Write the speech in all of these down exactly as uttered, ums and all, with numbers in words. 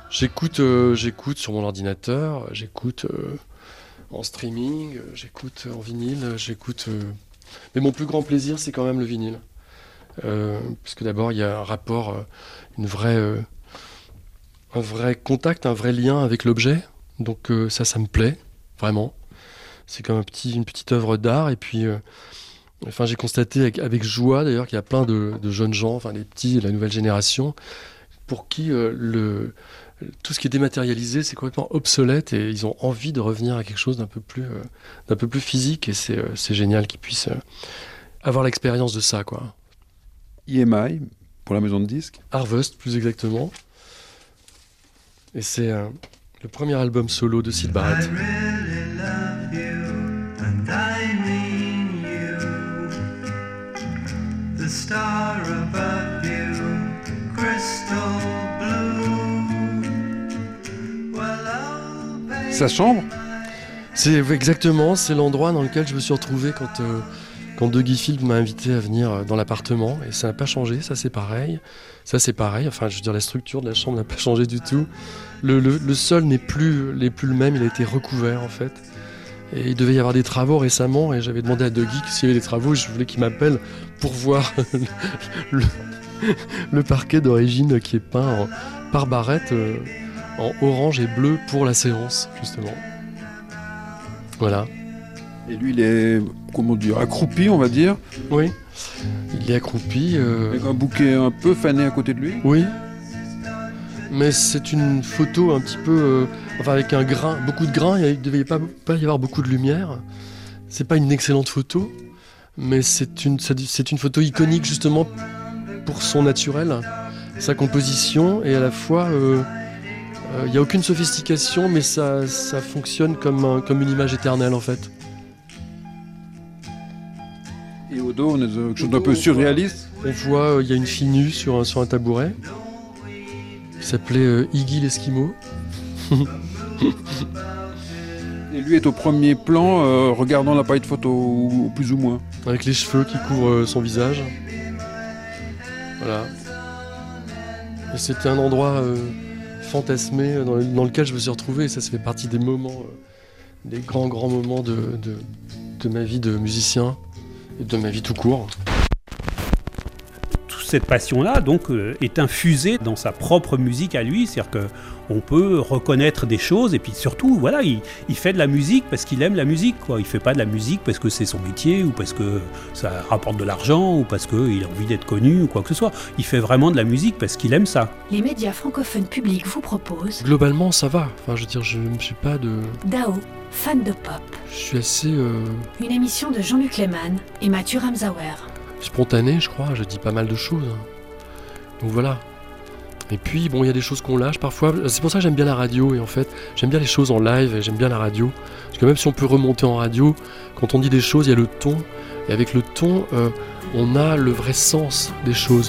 J'écoute, euh, j'écoute sur mon ordinateur, j'écoute euh, en streaming, euh, j'écoute en vinyle, j'écoute... euh, Mais mon plus grand plaisir, c'est quand même le vinyle. Euh, parce que d'abord, il y a un rapport, euh, une vraie, euh, un vrai contact, un vrai lien avec l'objet. Donc euh, ça, ça me plaît, vraiment. C'est comme un petit, une petite œuvre d'art. Et puis, euh, enfin, j'ai constaté avec, avec joie, d'ailleurs, qu'il y a plein de, de jeunes gens, enfin les petits, la nouvelle génération, pour qui euh, le, tout ce qui est dématérialisé, c'est complètement obsolète et ils ont envie de revenir à quelque chose d'un peu plus, euh, d'un peu plus physique. Et c'est, euh, c'est génial qu'ils puissent euh, avoir l'expérience de ça, quoi. E M I, pour la maison de disques. Harvest, plus exactement. Et c'est euh, le premier album solo de Syd Barrett. I really love you, and I mean you. The star above you, crystal blue. Well, oh, baby, Sa chambre. C'est exactement, c'est l'endroit dans lequel je me suis retrouvé quand, euh, quand Dougie Field m'a invité à venir dans l'appartement. Et ça n'a pas changé, ça c'est pareil. Ça c'est pareil, enfin je veux dire la structure de la chambre n'a pas changé du tout. Le, le, le sol n'est plus, n'est plus le même, il a été recouvert en fait. Et il devait y avoir des travaux récemment et j'avais demandé à Dougie que s'il y avait des travaux, je voulais qu'il m'appelle pour voir le, le parquet d'origine qui est peint en, par Barrett euh, en orange et bleu pour la séance justement. Voilà. Et lui, il est, comment dire, accroupi, on va dire. Oui, il est accroupi. Euh... Avec un bouquet un peu fané à côté de lui. Oui. Mais c'est une photo un petit peu... Euh, enfin, avec un grain, beaucoup de grains, il ne devait pas, pas y avoir beaucoup de lumière. C'est pas une excellente photo, mais c'est une, c'est une photo iconique justement pour son naturel, sa composition, et à la fois... Euh, il n'y a aucune sophistication, mais ça, ça fonctionne comme, un, comme une image éternelle en fait. Et au dos, on est quelque chose d'un peu surréaliste. On voit, il y a une fille nue sur un, sur un tabouret, qui s'appelait euh, Iggy l'Esquimau. Et lui est au premier plan, euh, regardant l'appareil de photo, ou, ou plus ou moins. Avec les cheveux qui couvrent euh, son visage. Voilà. Et c'était un endroit... Euh, fantasmé dans, le, dans lequel je me suis retrouvé et ça, ça fait partie des moments, euh, des grands grands moments de, de, de ma vie de musicien et de ma vie tout court. Toute cette passion-là donc euh, est infusée dans sa propre musique à lui, c'est-à-dire que on peut reconnaître des choses et puis surtout voilà il, il fait de la musique parce qu'il aime la musique quoi. Il fait pas de la musique parce que c'est son métier ou parce que ça rapporte de l'argent ou parce qu'il a envie d'être connu ou quoi que ce soit. Il fait vraiment de la musique parce qu'il aime ça. Les médias francophones publics vous proposent... Globalement ça va, enfin je veux dire je ne suis pas de... Dao, fan de pop. Je suis assez... Euh... Une émission de Jean-Luc Lehmann et Mathieu Ramsauer. Spontané je crois, je dis pas mal de choses. Donc voilà. Et puis, bon, il y a des choses qu'on lâche parfois. C'est pour ça que j'aime bien la radio. Et en fait, j'aime bien les choses en live et j'aime bien la radio. Parce que même si on peut remonter en radio, quand on dit des choses, il y a le ton. Et avec le ton, euh, on a le vrai sens des choses.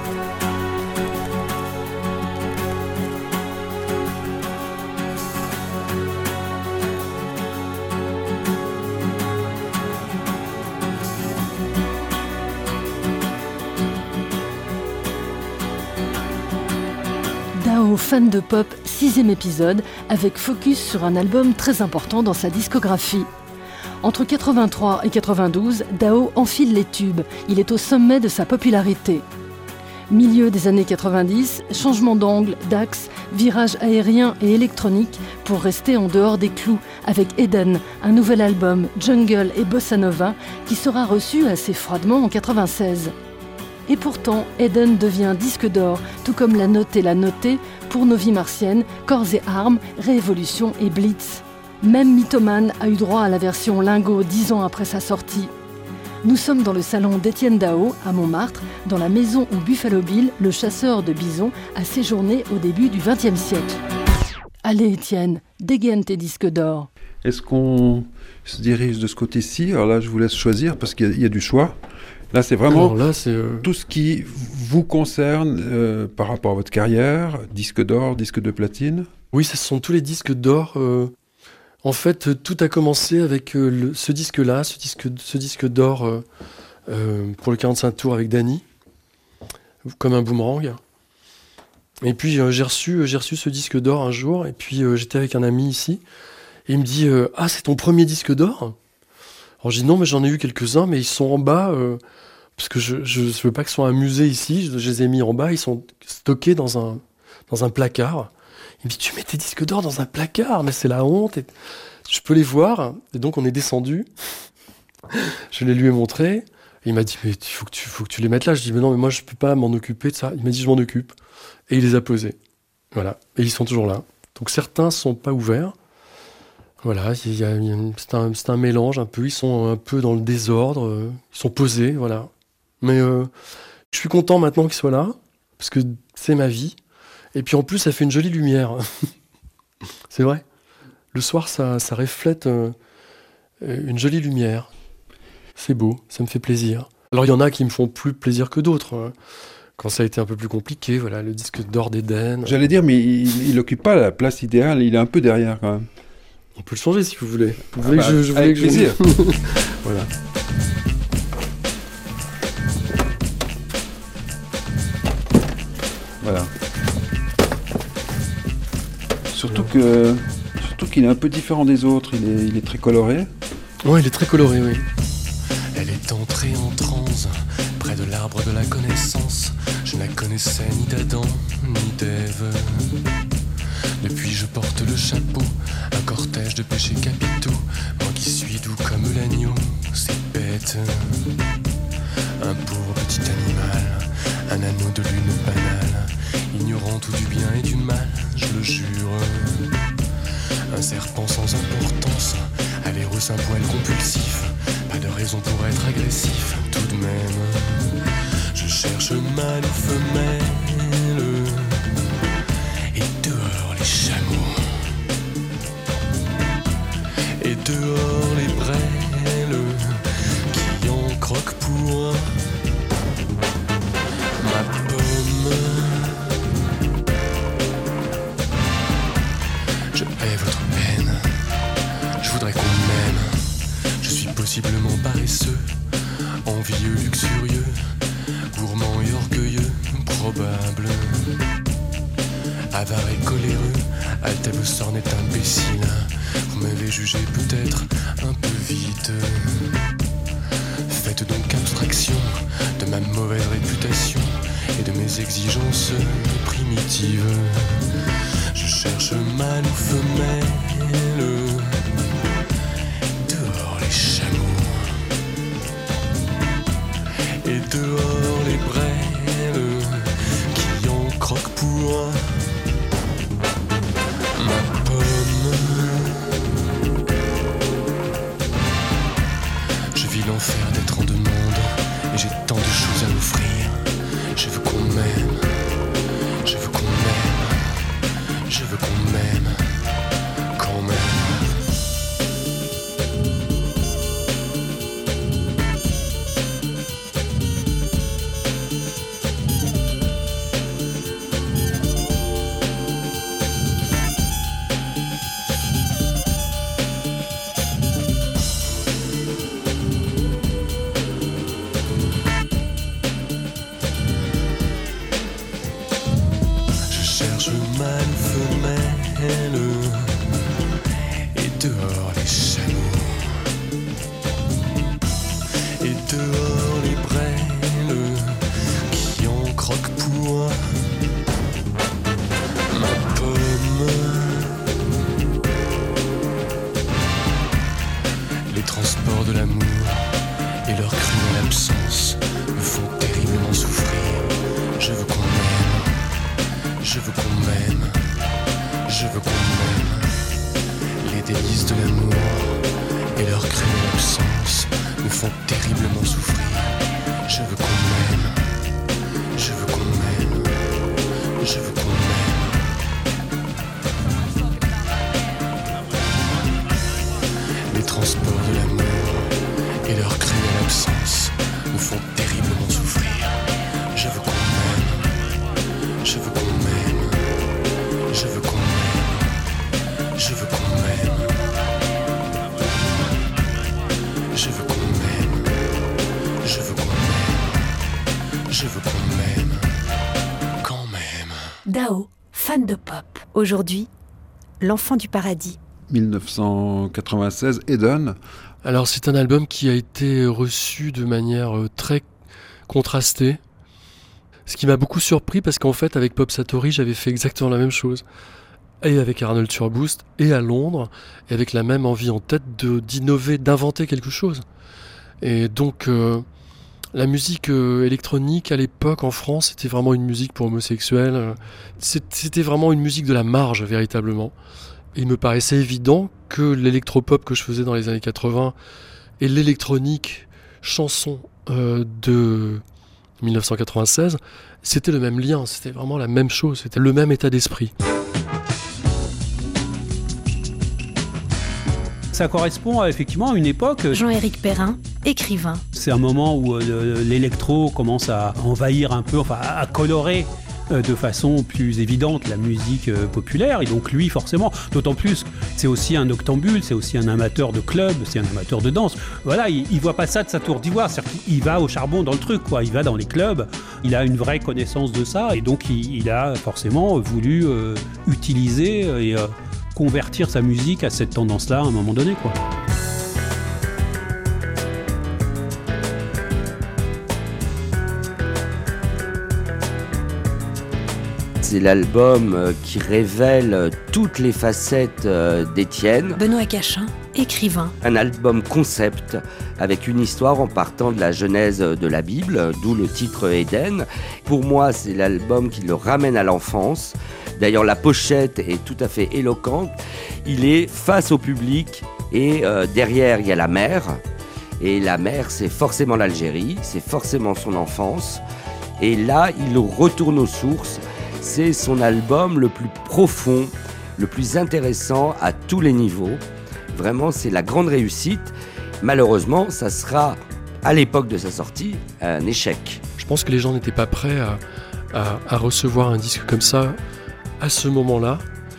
Fan de pop, sixième épisode, avec focus sur un album très important dans sa discographie. Entre quatre-vingt-trois et quatre-vingt-douze, Dao enfile les tubes, il est au sommet de sa popularité. Milieu des années quatre-vingt-dix, changement d'angle, d'axe, virage aérien et électronique pour rester en dehors des clous avec Eden, un nouvel album, Jungle et Bossa Nova, qui sera reçu assez froidement en quatre-vingt-seize. Et pourtant, Eden devient disque d'or, tout comme La Note et La Notée, Pour nos vies martiennes, Corps et armes, Révolution et Blitz. Même Mythomane a eu droit à la version Lingot dix ans après sa sortie. Nous sommes dans le salon d'Étienne Dao, à Montmartre, dans la maison où Buffalo Bill, le chasseur de bisons, a séjourné au début du vingtième siècle. Allez Étienne, dégaine tes disques d'or. Est-ce qu'on se dirige de ce côté-ci ? Alors là, je vous laisse choisir parce qu'il y a, il y a du choix. Là, c'est vraiment là, c'est euh... tout ce qui vous concerne euh, par rapport à votre carrière, disque d'or, disque de platine. Oui, ce sont tous les disques d'or. Euh... En fait, tout a commencé avec euh, le, ce disque-là, ce disque, ce disque d'or euh, euh, pour le quarante-cinq tours avec Dany, comme un boomerang. Et puis euh, j'ai reçu, j'ai reçu ce disque d'or un jour, et puis euh, j'étais avec un ami ici, et il me dit euh, « Ah, c'est ton premier disque d'or ?» Alors j'ai dit « Non, mais j'en ai eu quelques-uns, mais ils sont en bas, euh, parce que je ne veux pas qu'ils soient un musée ici, je, je les ai mis en bas, ils sont stockés dans un, dans un placard. » Il me dit « Tu mets tes disques d'or dans un placard, mais c'est la honte, et je peux les voir ?» Et donc on est descendu, je les lui ai montrés, il m'a dit « Mais il faut que tu, faut que tu les mettes là ?» Je dis « Mais non, mais moi je peux pas m'en occuper de ça. » Il m'a dit « Je m'en occupe. » Et il les a posés. Voilà. Et ils sont toujours là. Donc certains sont pas ouverts. Voilà. Il y a, il y a une, c'est, un, c'est un mélange un peu. Ils sont un peu dans le désordre. euh, Ils sont posés. Voilà. Mais euh, je suis content maintenant qu'ils soient là. Parce que c'est ma vie. Et puis en plus, ça fait une jolie lumière. C'est vrai. Le soir, ça, ça reflète euh, une jolie lumière. C'est beau. Ça me fait plaisir. Alors il y en a qui me font plus plaisir que d'autres. Hein. Quand ça a été un peu plus compliqué, voilà, le disque d'or d'Éden. J'allais dire, mais il n'occupe pas la place idéale, il est un peu derrière quand même. On peut le changer si vous voulez. Vous Ah voulez bah, que je, je voulais avec que je- plaisir. Voilà. Voilà. Surtout que, surtout qu'il est un peu différent des autres, il est, il est très coloré. Ouais, il est très coloré, oui. Elle est entrée en transe, près de l'arbre de la connaissance. Je ne la connaissais ni d'Adam, ni d'Ève. Depuis je porte le chapeau, un cortège de péchés capitaux. Moi qui suis doux comme l'agneau, c'est bête. Un pauvre petit animal, un anneau de lune banale, ignorant tout du bien et du mal, je le jure. Un serpent sans importance, allèreux un poil compulsif. Pas de raison pour être agressif, tout de même. Je cherche mâle ou femelle, et dehors les chameaux, et dehors les brêles, qui en croquent pour ma pomme. Je hais votre peine, je voudrais qu'on m'aime. Je suis possiblement paresseux, envieux, luxurieux, gourmand et orgueilleux, probable. Avare et coléreux, Altève sorne est imbécile. Vous m'avez jugé peut-être un peu vite. Faites donc abstraction de ma mauvaise réputation et de mes exigences primitives. Je cherche mâle ou femelle, dehors les chameaux, et dehors les brêles, qui en croquent pour ma pomme. Je vis l'enfer d'être en demande, et j'ai tant de choses à offrir. Je veux qu'on m'aime, je veux qu'on m'aime, je veux qu'on m'aime, quand même. Je cherche mâle ou femelle, et dehors les chameaux, et dehors les brêles, qui en croquent pour ma pomme. Les transports de l'amour et leur cruelle absence me font terriblement souffrir. Je veux qu'on m'aime, je veux qu'on m'aime, je veux qu'on m'aime. Les délices de l'amour et leur cruelle absence me font terriblement souffrir. Je veux qu'on m'aime, je veux qu'on m'aime, je veux qu'on m'aime. Les transports de l'amour et leur cruelle absence me font terriblement souffrir. Je veux qu'on m'aime, je veux qu'on m'aime, je veux qu'on m'aime, je veux qu'on m'aime, je veux qu'on m'aime, je veux qu'on m'aime, je veux qu'on m'aime, quand même. Dao, Aujourd'hui, L'Enfant du Paradis. dix-neuf cent quatre-vingt-seize, Eden. Alors c'est un album qui a été reçu de manière euh, très contrastée. Ce qui m'a beaucoup surpris parce qu'en fait avec Pop Satori j'avais fait exactement la même chose. Et avec Arnold Turboust et à Londres, et avec la même envie en tête de, d'innover, d'inventer quelque chose. Et donc euh, la musique euh, électronique à l'époque en France c'était vraiment une musique pour homosexuels. C'était vraiment une musique de la marge véritablement. Et il me paraissait évident que l'électropop que je faisais dans les années quatre-vingts et l'électronique chanson euh, de dix-neuf cent quatre-vingt-seize, c'était le même lien, c'était vraiment la même chose, c'était le même état d'esprit. Ça correspond à, effectivement à une époque. Jean-Éric Perrin, écrivain. C'est un moment où euh, l'électro commence à envahir un peu, enfin à colorer euh, de façon plus évidente la musique euh, populaire. Et donc lui, forcément, d'autant plus, c'est aussi un octambule, c'est aussi un amateur de club, c'est un amateur de danse. Voilà, il, il voit pas ça de sa tour d'ivoire, c'est-à-dire qu'il va au charbon dans le truc, quoi. Il va dans les clubs, il a une vraie connaissance de ça, et donc il, il a forcément voulu euh, utiliser et euh, convertir sa musique à cette tendance-là à un moment donné, quoi. C'est l'album qui révèle toutes les facettes d'Étienne. Benoît Cachin, écrivain. Un album concept avec une histoire en partant de la genèse de la Bible, d'où le titre Eden. Pour moi, c'est l'album qui le ramène à l'enfance. D'ailleurs, la pochette est tout à fait éloquente. Il est face au public et euh, derrière, il y a la mer. Et la mer, c'est forcément l'Algérie, c'est forcément son enfance. Et là, il retourne aux sources. C'est son album le plus profond, le plus intéressant à tous les niveaux. Vraiment, c'est la grande réussite. Malheureusement, ça sera, à l'époque de sa sortie, un échec. Je pense que les gens n'étaient pas prêts à, à, à recevoir un disque comme ça à ce moment-là.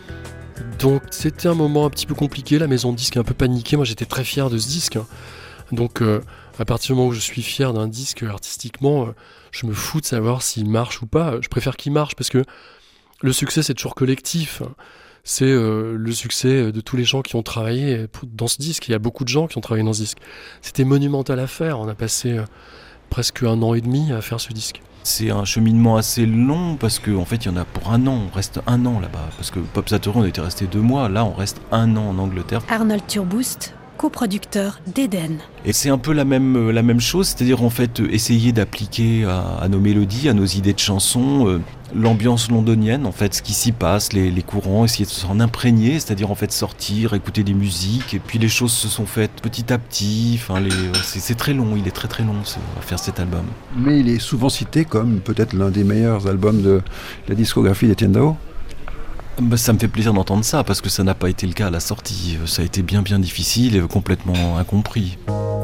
Donc c'était un moment un petit peu compliqué, la maison de disque est un peu paniquée. Moi j'étais très fier de ce disque. Donc euh, à partir du moment où je suis fier d'un disque artistiquement, euh, je me fous de savoir s'il marche ou pas. Je préfère qu'il marche parce que le succès c'est toujours collectif. C'est euh, le succès de tous les gens qui ont travaillé dans ce disque. Il y a beaucoup de gens qui ont travaillé dans ce disque. C'était monumental à faire. On a passé euh, presque un an et demi à faire ce disque. C'est un cheminement assez long parce qu'en en fait il y en a pour un an, on reste un an là-bas. Parce que Pop Satori on était resté deux mois, là on reste un an en Angleterre. Arnold Turboust, coproducteur d'Eden. Et c'est un peu la même, la même chose, c'est-à-dire en fait essayer d'appliquer à, à nos mélodies, à nos idées de chansons, euh, l'ambiance londonienne, en fait, ce qui s'y passe, les, les courants, essayer de s'en imprégner, c'est-à-dire en fait sortir, écouter des musiques, et puis les choses se sont faites petit à petit, enfin, les, c'est, c'est très long, il est très très long c'est, à faire cet album. Mais il est souvent cité comme peut-être l'un des meilleurs albums de la discographie d'Étienne Dao. Bah, ça me fait plaisir d'entendre ça, parce que ça n'a pas été le cas à la sortie. Ça a été bien bien difficile et complètement incompris.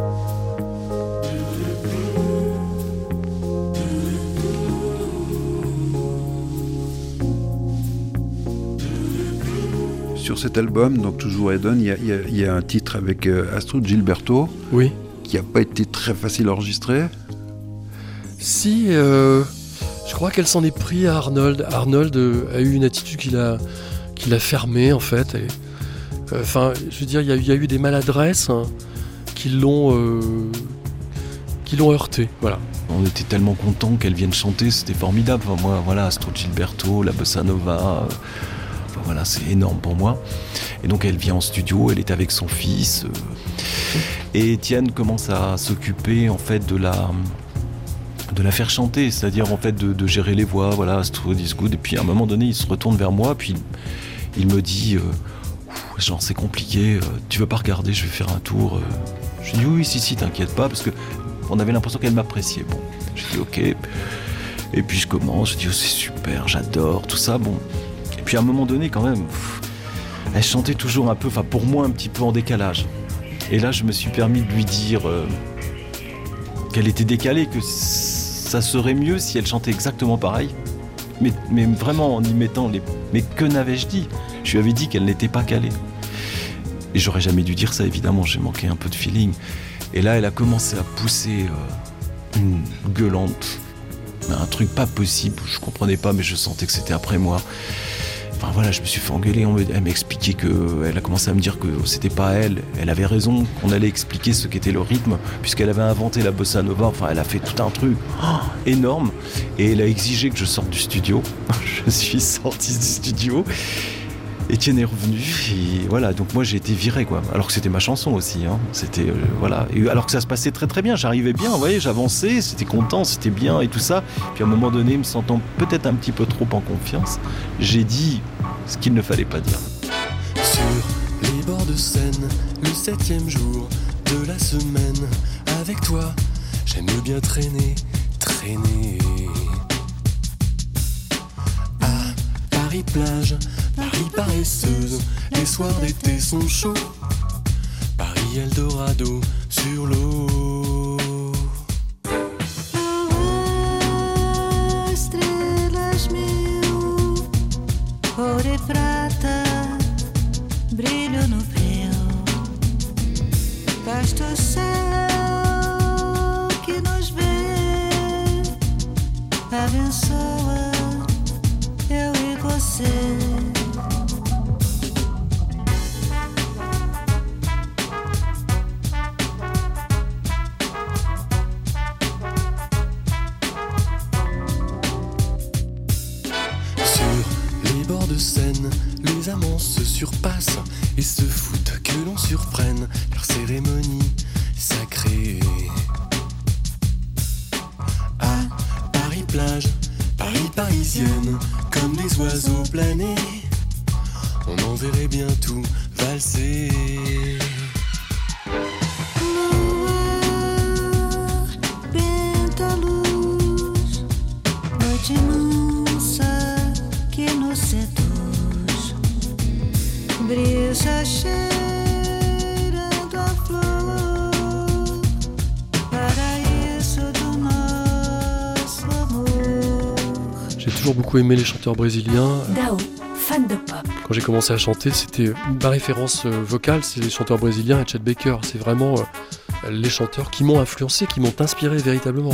Sur cet album, donc toujours Eden, il y a, il y a, il y a un titre avec euh, Astrud Gilberto, oui, qui n'a pas été très facile à enregistrer. Si, euh, je crois qu'elle s'en est pris à Arnold. Arnold euh, a eu une attitude qu'il a, qu'il a fermée en fait. Enfin, euh, je veux dire, il y, y a eu des maladresses hein, qui l'ont, euh, qui l'ont heurté. Voilà. On était tellement contents qu'elle vienne chanter, c'était formidable. Enfin, moi, voilà, Astrud Gilberto, la bossa nova. Euh... Enfin, voilà, c'est énorme pour moi. Et donc elle vient en studio, elle est avec son fils. Euh, et Étienne commence à s'occuper en fait de la, de la faire chanter, c'est-à-dire en fait de, de gérer les voix. Voilà, Astrud is good. Et puis à un moment donné, il se retourne vers moi, puis il me dit, euh, genre c'est compliqué, euh, tu veux pas regarder, je vais faire un tour. Euh. Je dis oui, si, si, t'inquiète pas, parce que on avait l'impression qu'elle m'appréciait. Bon, j'ai dit ok. Et puis je commence, je dis oh, c'est super, j'adore, tout ça, bon. Et puis à un moment donné, quand même, pff, elle chantait toujours un peu, enfin pour moi un petit peu en décalage. Et là, je me suis permis de lui dire euh, qu'elle était décalée, que ça serait mieux si elle chantait exactement pareil. Mais, mais vraiment en y mettant les... Mais que n'avais-je dit ? Je lui avais dit qu'elle n'était pas calée. Et j'aurais jamais dû dire ça, évidemment, j'ai manqué un peu de feeling. Et là, elle a commencé à pousser euh, une gueulante. Un truc pas possible, je comprenais pas, mais je sentais que c'était après moi. Enfin voilà, je me suis fait engueuler, on me, elle m'expliquait que, elle a commencé à me dire que c'était pas elle, elle avait raison, qu'on allait expliquer ce qu'était le rythme, puisqu'elle avait inventé la bossa nova, enfin elle a fait tout un truc oh, énorme, et elle a exigé que je sorte du studio. Je suis sorti du studio, Étienne est revenu, et voilà, donc moi j'ai été viré quoi, alors que c'était ma chanson aussi, hein. C'était, euh, voilà, et alors que ça se passait très très bien, j'arrivais bien, vous voyez, j'avançais, c'était content, c'était bien et tout ça, puis à un moment donné, me sentant peut-être un petit peu trop en confiance, j'ai dit ce qu'il ne fallait pas dire. Sur les bords de Seine, le septième jour de la semaine, avec toi, j'aime bien traîner, traîner. À Paris-Plage, Paris paresseuse, les soirs d'été sont chauds. Paris Eldorado sur l'eau. Estrelas mil, ouro e prata, brilho no breu, vasto céu que nos vê, abençoa eu e você. Les amants se surpassent et se foutent que l'on surprenne leur cérémonie sacrée. À Paris-Plage, Paris parisienne, comme des oiseaux planés, on en verrait bien tout valser. Luar, benta luz, noite mansa que nos seduz. Brisa cheirando a flor, paraíso do nosso amor. J'ai toujours beaucoup aimé les chanteurs brésiliens. Dao, fan de pop. Quand j'ai commencé à chanter, c'était ma référence vocale, c'est les chanteurs brésiliens et Chet Baker. C'est vraiment les chanteurs qui m'ont influencé, qui m'ont inspiré véritablement.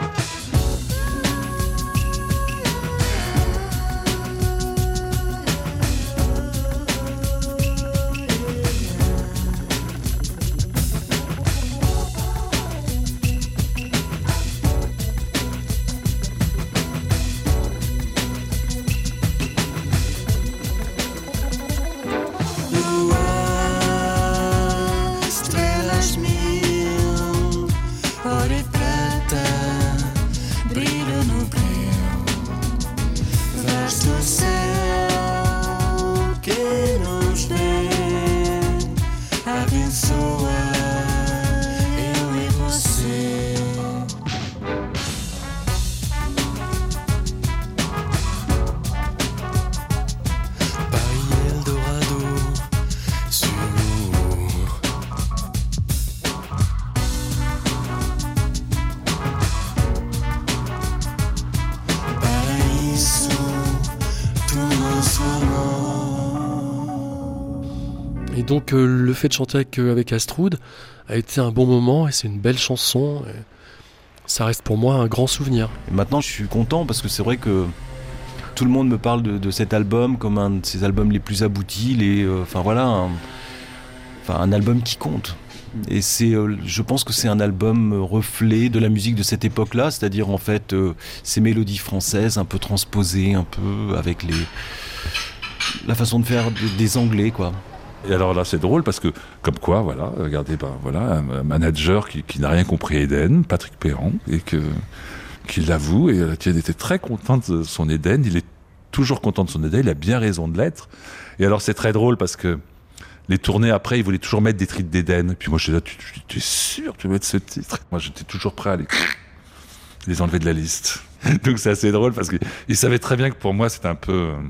Et donc euh, le fait de chanter avec, euh, avec Astrud a été un bon moment et c'est une belle chanson. Et ça reste pour moi un grand souvenir. Et maintenant je suis content parce que c'est vrai que tout le monde me parle de, de cet album comme un de ses albums les plus aboutis, les, euh, enfin voilà, un, enfin, un album qui compte. Et c'est, euh, je pense que c'est un album reflet de la musique de cette époque-là, c'est-à-dire en fait euh, ces mélodies françaises un peu transposées, un peu avec les, la façon de faire des, des Anglais, quoi. Et alors là, c'est drôle parce que, comme quoi, voilà, regardez, ben voilà, un manager qui, qui n'a rien compris à Eden, Patrick Perran, et que, qui l'avoue, et Étienne était très content de son Eden, il est toujours content de son Eden, il a bien raison de l'être. Et alors, c'est très drôle parce que les tournées après, il voulait toujours mettre des titres d'Eden. Puis moi, je suis là, tu, tu, tu es sûr que tu veux mettre ce titre? Moi, j'étais toujours prêt à les, les enlever de la liste. Donc, c'est assez drôle parce qu'il savait très bien que pour moi, c'était un peu euh,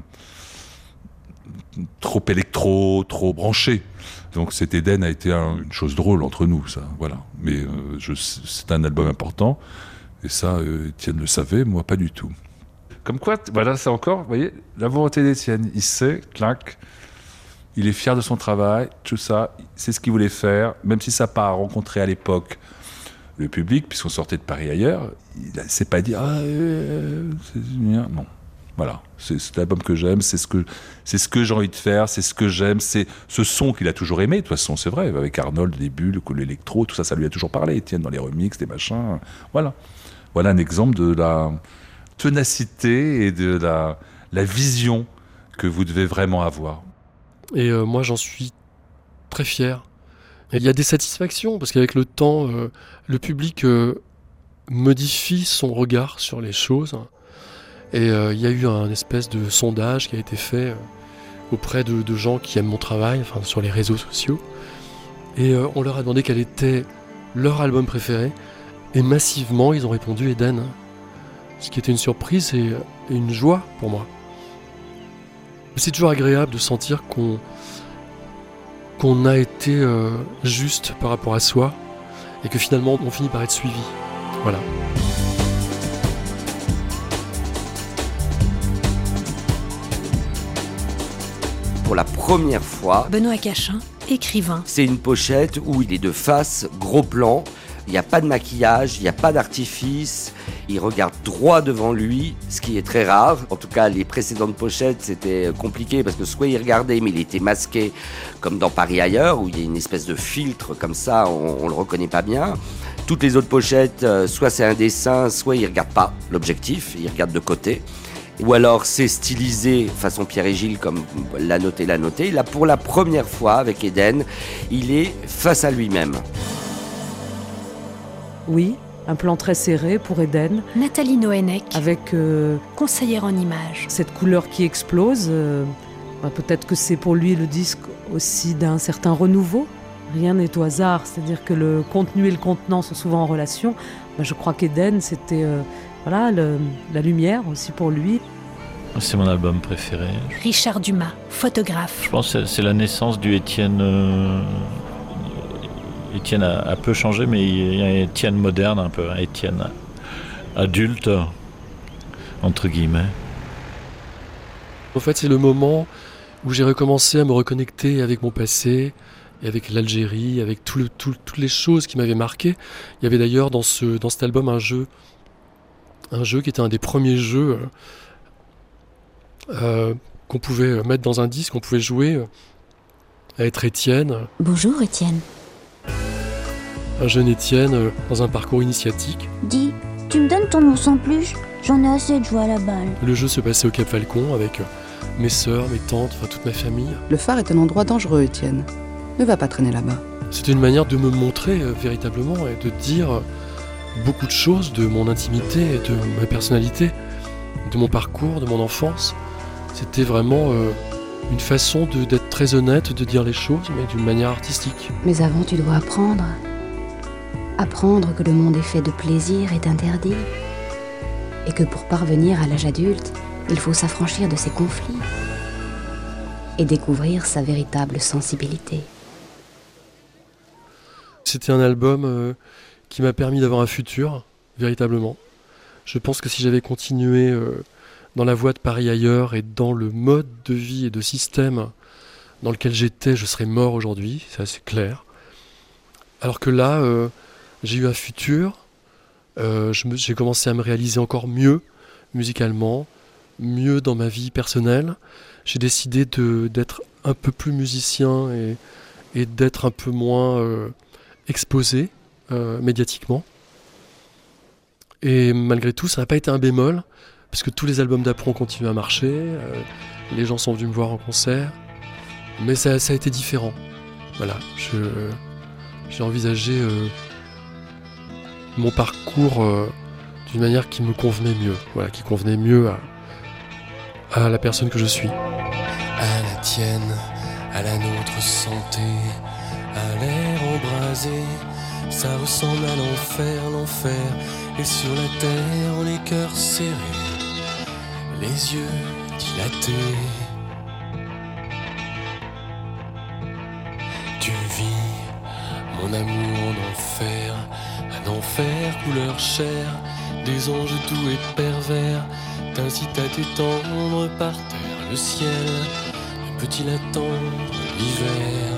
trop électro, trop branché. Donc, cet Eden a été un, une chose drôle entre nous, ça. Voilà. Mais euh, je, c'est un album important. Et ça, euh, Étienne le savait, moi, pas du tout. Comme quoi, voilà, c'est encore, vous voyez, la volonté d'Étienne. Il sait, clac. Il est fier de son travail, tout ça, c'est ce qu'il voulait faire, même si ça n'a pas rencontré à l'époque le public, puisqu'on sortait de Paris ailleurs, il ne s'est pas dit « Ah, euh, c'est bien », non. Voilà, c'est, c'est l'album que j'aime, c'est ce que, c'est ce que j'ai envie de faire, c'est ce que j'aime, c'est ce son qu'il a toujours aimé, de toute façon, c'est vrai, avec Arnold, les bulles, l'électro, tout ça, ça lui a toujours parlé, Étienne, dans les remixes, des machins, voilà. Voilà un exemple de la ténacité et de la, la vision que vous devez vraiment avoir. Et euh, moi, j'en suis très fier. Et il y a des satisfactions, parce qu'avec le temps, euh, le public euh, modifie son regard sur les choses. Et euh, il y a eu un espèce de sondage qui a été fait euh, auprès de, de gens qui aiment mon travail, enfin sur les réseaux sociaux. Et euh, on leur a demandé quel était leur album préféré. Et massivement, ils ont répondu Eden. Ce qui était une surprise et, et une joie pour moi. C'est toujours agréable de sentir qu'on, qu'on a été euh, juste par rapport à soi et que finalement on finit par être suivi. Voilà. Pour la première fois, Benoît Cachin, écrivain. c'est une pochette où il est de face, gros plan. Il n'y a pas de maquillage, il n'y a pas d'artifice. Il regarde droit devant lui, ce qui est très rare. En tout cas, les précédentes pochettes, c'était compliqué parce que soit il regardait, mais il était masqué, comme dans Paris ailleurs, où il y a une espèce de filtre comme ça, on ne le reconnaît pas bien. Toutes les autres pochettes, soit c'est un dessin, soit il ne regarde pas l'objectif, il regarde de côté. Ou alors c'est stylisé façon Pierre et Gilles, comme l'a noté, l'a noté. Là, pour la première fois, avec Eden, il est face à lui-même. Oui, un plan très serré pour Eden. Nathalie Noénec, avec euh, conseillère en images. cette couleur qui explose. Euh, bah, peut-être que c'est pour lui le disque aussi d'un certain renouveau. Rien n'est au hasard, c'est-à-dire que le contenu et le contenant sont souvent en relation. Bah, je crois qu'Eden, c'était euh, voilà, le, la lumière aussi pour lui. C'est mon album préféré. Richard Dumas, photographe. Je pense que c'est la naissance du Étienne... Euh... Étienne a, a peu changé, mais il y a un Étienne moderne un peu, un Étienne adulte, entre guillemets. En fait, c'est le moment où j'ai recommencé à me reconnecter avec mon passé, et avec l'Algérie, avec tout le, tout, toutes les choses qui m'avaient marqué. Il y avait d'ailleurs dans, ce, dans cet album un jeu, un jeu qui était un des premiers jeux euh, qu'on pouvait mettre dans un disque, qu'on pouvait jouer à être Étienne. Bonjour Étienne. Un jeune Étienne euh, dans un parcours initiatique. Dis, tu me donnes ton ours en peluche ? J'en ai assez de jouer à la balle. Le jeu se passait au Cap Falcon avec euh, mes sœurs, mes tantes, enfin toute ma famille. Le phare est un endroit dangereux, Étienne. Ne va pas traîner là-bas. C'était une manière de me montrer euh, véritablement et de dire euh, beaucoup de choses de mon intimité et de ma personnalité, de mon parcours, de mon enfance. C'était vraiment euh, une façon de, d'être très honnête, de dire les choses, mais d'une manière artistique. Mais avant, tu dois apprendre. Apprendre que le monde est fait de plaisir et d'interdits. Et que pour parvenir à l'âge adulte, il faut s'affranchir de ses conflits. Et découvrir sa véritable sensibilité. C'était un album euh, qui m'a permis d'avoir un futur, véritablement. Je pense que si j'avais continué euh, dans la voie de Paris ailleurs et dans le mode de vie et de système dans lequel j'étais, je serais mort aujourd'hui, c'est assez clair. Alors que là, euh, j'ai eu un futur, euh, je me, j'ai commencé à me réaliser encore mieux musicalement, mieux dans ma vie personnelle. J'ai décidé de, d'être un peu plus musicien et, et d'être un peu moins euh, exposé euh, médiatiquement. Et malgré tout, ça n'a pas été un bémol, parce que tous les albums d'après ont continué à marcher, euh, les gens sont venus me voir en concert, mais ça, ça a été différent. Voilà, je, j'ai envisagé euh, mon parcours euh, d'une manière qui me convenait mieux, voilà, qui convenait mieux à, à la personne que je suis. À la tienne, à la nôtre santé, à l'air embrasé, ça ressemble à l'enfer, l'enfer est sur la terre, les cœurs serrés, les yeux dilatés. Tu vis mon amour en enfer, un enfer couleur chair, des anges doux et pervers t'incitent à t'étendre par terre, le ciel ne peut-il attendre l'hiver?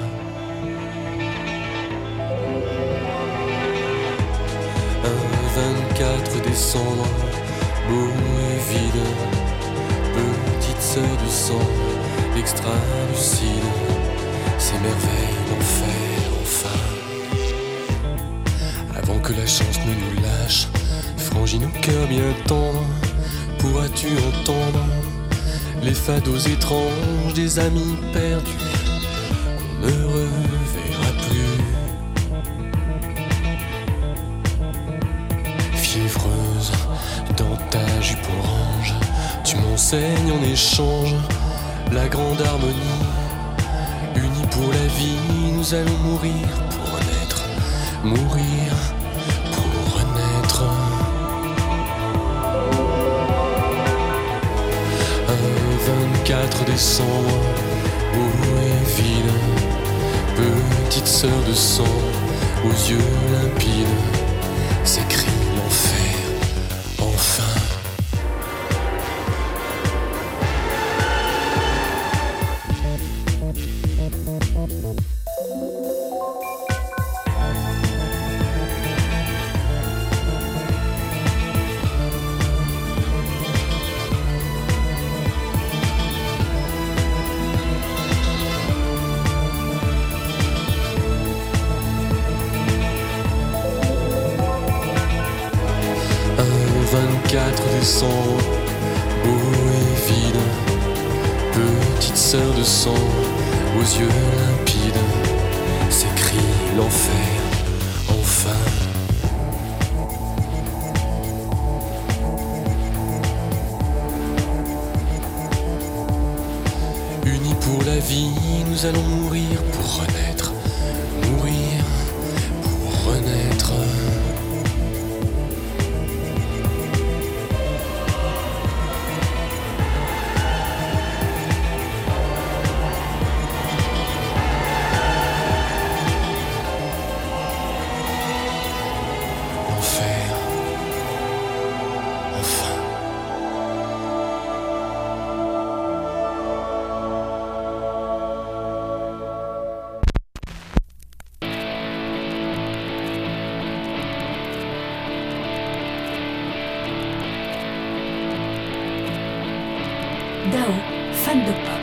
Un vingt-quatre décembre, beau et vide, petite sœur de sang, extra lucide, s'émerveille l'enfer enfin. Avant que la chance ne nous lâche, frangine au cœur bien tendre, pourras-tu entendre les fados étranges des amis perdus qu'on ne reverra plus. Fiévreuse dans ta jupe orange, tu m'enseignes en échange la grande harmonie. Unis pour la vie, nous allons mourir pour renaître, mourir pour renaître. vingt-quatre décembre, beau et vide, petite sœur de sang, aux yeux limpides, s'écrie l'enfer, enfin. vingt-quatre décembre, beau et vide, petite sœur de sang, aux yeux limpides, s'écrie l'enfer, enfin. Unis pour la vie, nous allons mourir pour renaître, mourir pour renaître. Dao, fan de pop.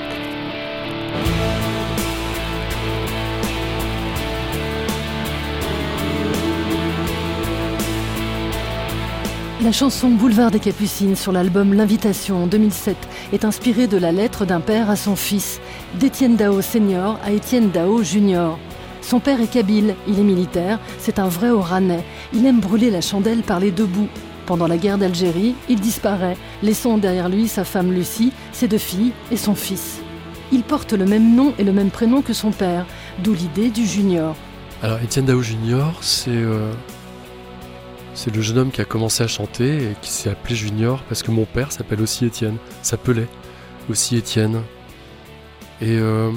La chanson Boulevard des Capucines sur l'album L'Invitation en deux mille sept est inspirée de la lettre d'un père à son fils, d'Étienne Dao Senior à Étienne Dao Junior. Son père est kabyle, il est militaire, c'est un vrai Oranais. Il aime brûler la chandelle par les deux bouts. Pendant la guerre d'Algérie, il disparaît, laissant derrière lui sa femme Lucie, ses deux filles et son fils. Il porte le même nom et le même prénom que son père, d'où l'idée du Junior. Alors Étienne Dao Junior, c'est euh, c'est le jeune homme qui a commencé à chanter et qui s'est appelé Junior parce que mon père s'appelle aussi Étienne, s'appelait aussi Étienne. Et euh,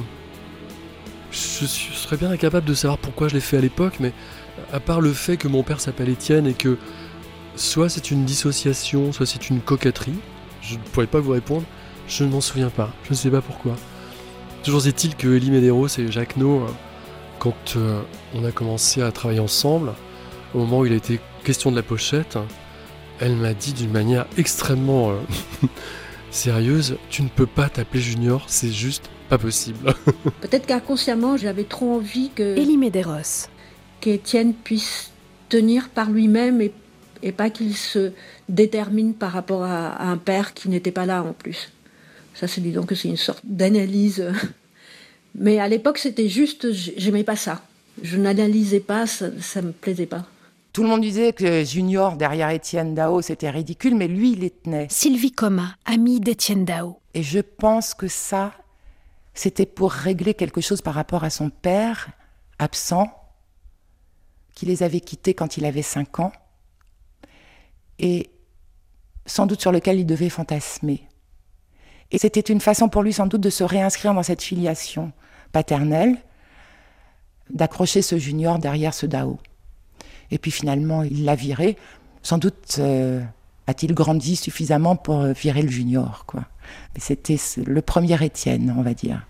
je, je serais bien incapable de savoir pourquoi je l'ai fait à l'époque, mais à part le fait que mon père s'appelle Étienne et que soit c'est une dissociation, soit c'est une coquetterie, je ne pourrais pas vous répondre, je ne m'en souviens pas, je ne sais pas pourquoi. Toujours est-il que Elie Medeiros et Jacques No, quand euh, on a commencé à travailler ensemble, au moment où il a été question de la pochette, elle m'a dit d'une manière extrêmement euh, sérieuse, tu ne peux pas t'appeler Junior, c'est juste pas possible. Peut-être qu'inconsciemment, j'avais trop envie que Elie Medeiros, qu'Étienne puisse tenir par lui-même et, et pas qu'il se détermine par rapport à, à un père qui n'était pas là en plus. Ça, c'est disons que c'est une sorte d'analyse. Mais à l'époque, c'était juste, j'aimais pas ça. Je n'analysais pas, ça, ça me plaisait pas. Tout le monde disait que Junior, derrière Étienne Dao, c'était ridicule, mais lui, il les tenait. Sylvie Coma, amie d'Étienne Dao. Et je pense que ça, c'était pour régler quelque chose par rapport à son père, absent, qui les avait quittés quand il avait cinq ans, et sans doute sur lequel il devait fantasmer. Et c'était une façon pour lui sans doute de se réinscrire dans cette filiation paternelle, d'accrocher ce Junior derrière ce Dao. Et puis finalement, il l'a viré. Sans doute euh, a-t-il grandi suffisamment pour virer le Junior, quoi. Mais c'était le premier Étienne, on va dire.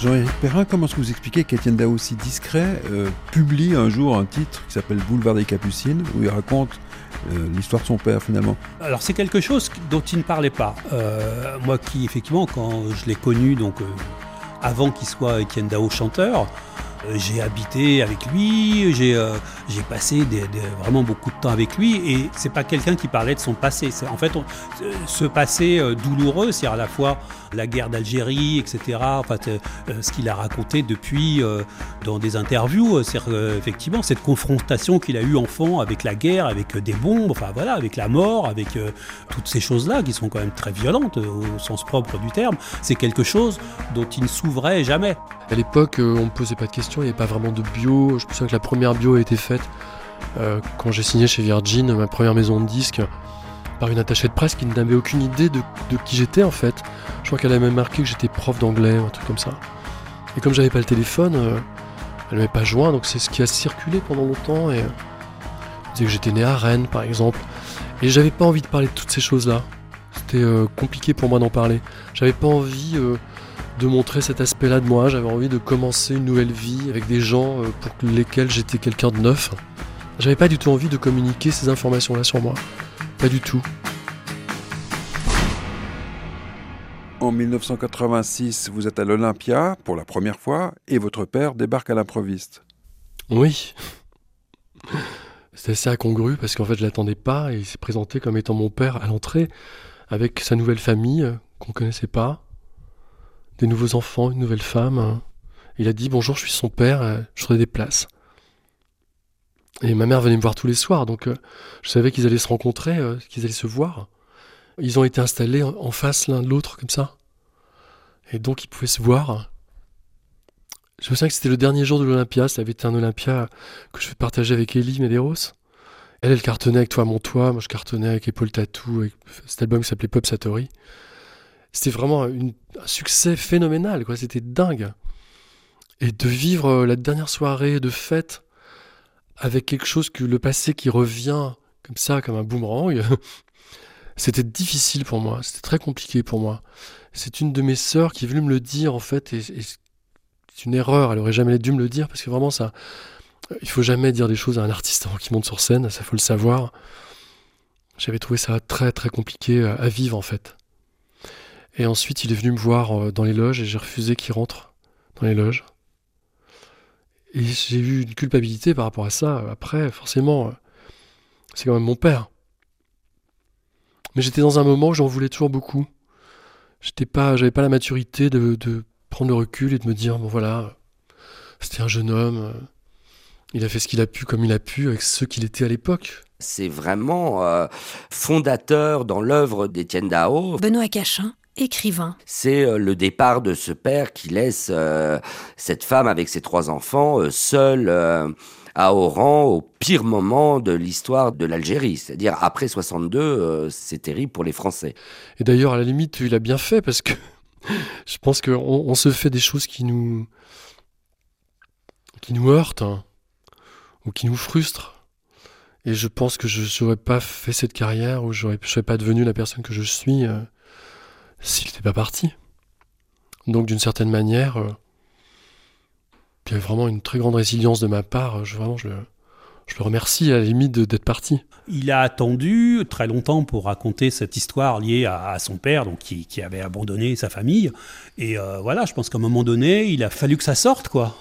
Jean-Éric Perrin, comment est-ce que vous expliquez qu'Étienne Dao, si discret, euh, publie un jour un titre qui s'appelle Boulevard des Capucines, où il raconte euh, l'histoire de son père finalement? Alors c'est quelque chose dont il ne parlait pas. Euh, moi qui, effectivement, quand je l'ai connu, donc euh, avant qu'il soit Étienne Dao chanteur, euh, j'ai habité avec lui, j'ai, euh, j'ai passé des, des, vraiment beaucoup de temps avec lui, et c'est pas quelqu'un qui parlait de son passé. C'est, en fait, on, ce passé euh, douloureux, c'est à la fois la guerre d'Algérie, et cetera. En fait, euh, ce qu'il a raconté depuis euh, dans des interviews, c'est euh, effectivement cette confrontation qu'il a eue enfant avec la guerre, avec euh, des bombes, enfin voilà, avec la mort, avec euh, toutes ces choses-là qui sont quand même très violentes euh, au sens propre du terme. C'est quelque chose dont il ne s'ouvrait jamais. À l'époque, euh, on me posait pas de questions, il n'y avait pas vraiment de bio. Je me souviens que la première bio a été faite euh, quand j'ai signé chez Virgin, ma première maison de disques, par une attachée de presse qui n'avait aucune idée de, de qui j'étais en fait. Je crois qu'elle avait même marqué que j'étais prof d'anglais ou un truc comme ça. Et comme j'avais pas le téléphone, euh, elle m'avait pas joint, donc c'est ce qui a circulé pendant longtemps. Et euh, elle disait que j'étais né à Rennes par exemple. Et j'avais pas envie de parler de toutes ces choses-là. C'était euh, compliqué pour moi d'en parler. J'avais pas envie euh, de montrer cet aspect-là de moi. J'avais envie de commencer une nouvelle vie avec des gens euh, pour lesquels j'étais quelqu'un de neuf. J'avais pas du tout envie de communiquer ces informations-là sur moi. Pas du tout. En dix-neuf cent quatre-vingt-six, vous êtes à l'Olympia pour la première fois et votre père débarque à l'improviste. Oui. C'était assez incongru parce qu'en fait je l'attendais pas et il s'est présenté comme étant mon père à l'entrée avec sa nouvelle famille euh, qu'on connaissait pas, des nouveaux enfants, une nouvelle femme. Il a dit bonjour, je suis son père, euh, je voudrais des places. Et ma mère venait me voir tous les soirs, donc euh, je savais qu'ils allaient se rencontrer, euh, qu'ils allaient se voir. Ils ont été installés en, en face l'un de l'autre, comme ça. Et donc ils pouvaient se voir. Je me souviens que c'était le dernier jour de l'Olympia, ça avait été un Olympia que je partageais avec Ellie Medeiros. Elle, elle cartonnait avec Toi, mon toit, moi je cartonnais avec Épaule Tatou, avec cet album qui s'appelait Pop Satori. C'était vraiment une, un succès phénoménal, quoi. C'était dingue. Et de vivre la dernière soirée de fête avec quelque chose que le passé qui revient comme ça, comme un boomerang, c'était difficile pour moi, c'était très compliqué pour moi. C'est une de mes sœurs qui est venue me le dire en fait, et, et c'est une erreur, elle aurait jamais dû me le dire, parce que vraiment ça, il faut jamais dire des choses à un artiste avant qu'il monte sur scène, ça faut le savoir. J'avais trouvé ça très très compliqué à vivre en fait. Et ensuite il est venu me voir dans les loges et j'ai refusé qu'il rentre dans les loges. Et j'ai eu une culpabilité par rapport à ça. Après, forcément, c'est quand même mon père. Mais j'étais dans un moment où j'en voulais toujours beaucoup. J'étais pas, j'avais pas la maturité de, de prendre le recul et de me dire, bon voilà, c'était un jeune homme, il a fait ce qu'il a pu comme il a pu avec ce qu'il était à l'époque. C'est vraiment euh, fondateur dans l'œuvre d'Étienne Dao. Benoît Cachin, écrivain. C'est euh, le départ de ce père qui laisse euh, cette femme avec ses trois enfants euh, seule euh, à Oran au pire moment de l'histoire de l'Algérie. C'est-à-dire après soixante-deux, euh, c'est terrible pour les Français. Et d'ailleurs, à la limite, il a bien fait parce que je pense qu'on on se fait des choses qui nous, qui nous heurtent hein, ou qui nous frustrent. Et je pense que je n'aurais pas fait cette carrière ou je ne serais pas devenu la personne que je suis euh, s'il n'était pas parti. Donc d'une certaine manière, euh, il y a vraiment une très grande résilience de ma part. Je, vraiment, je, je le remercie à la limite de, d'être parti. Il a attendu très longtemps pour raconter cette histoire liée à, à son père, donc qui, qui avait abandonné sa famille. Et euh, voilà, je pense qu'à un moment donné, il a fallu que ça sorte, quoi.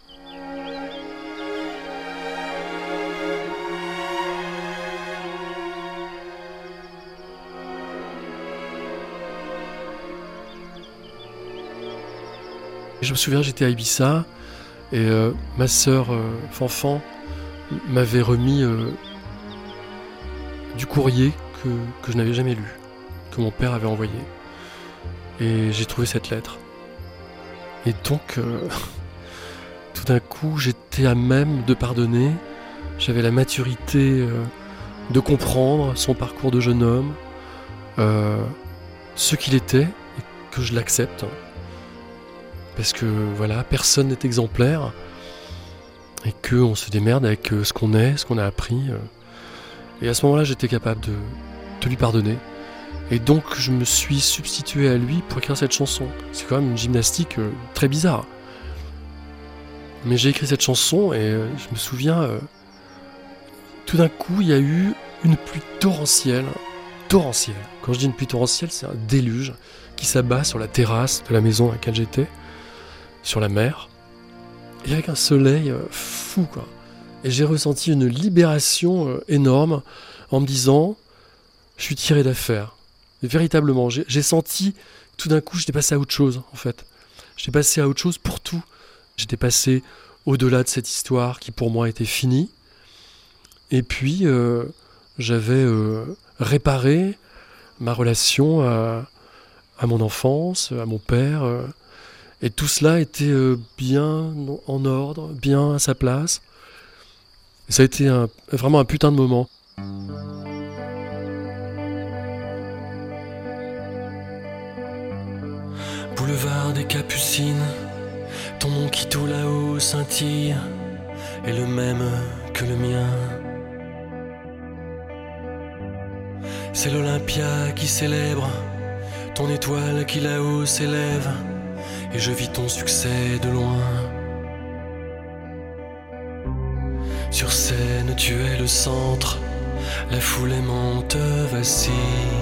Je me souviens, j'étais à Ibiza et euh, ma sœur euh, Fanfan m'avait remis euh, du courrier que, que je n'avais jamais lu, que mon père avait envoyé. Et j'ai trouvé cette lettre. Et donc, euh, tout d'un coup, j'étais à même de pardonner. J'avais la maturité euh, de comprendre son parcours de jeune homme, euh, ce qu'il était, et que je l'accepte. Parce que voilà, personne n'est exemplaire et qu'on se démerde avec ce qu'on est, ce qu'on a appris. Et à ce moment-là, j'étais capable de, de lui pardonner Et donc je me suis substitué à lui pour écrire cette chanson. C'est quand même une gymnastique euh, très bizarre. Mais j'ai écrit cette chanson et euh, je me souviens, euh, tout d'un coup il y a eu une pluie torrentielle. Torrentielle. Quand je dis une pluie torrentielle, c'est un déluge qui s'abat sur la terrasse de la maison à laquelle j'étais, sur la mer, et avec un soleil euh, fou, quoi. Et j'ai ressenti une libération euh, énorme en me disant, je suis tiré d'affaire. Et véritablement, j'ai, j'ai senti, tout d'un coup, j'étais passé à autre chose, en fait. J'étais passé à autre chose pour tout. J'étais passé au-delà de cette histoire qui, pour moi, était finie. Et puis, euh, j'avais euh, réparé ma relation à, à mon enfance, à mon père. Euh, et tout cela était euh, bien en ordre, bien à sa place. Et ça a été un, vraiment un putain de moment. Boulevard des Capucines, ton nom qui tout là-haut scintille est le même que le mien. C'est l'Olympia qui célèbre ton étoile qui là-haut s'élève, et je vis ton succès de loin. Sur scène tu es le centre, la foule aimante vacille.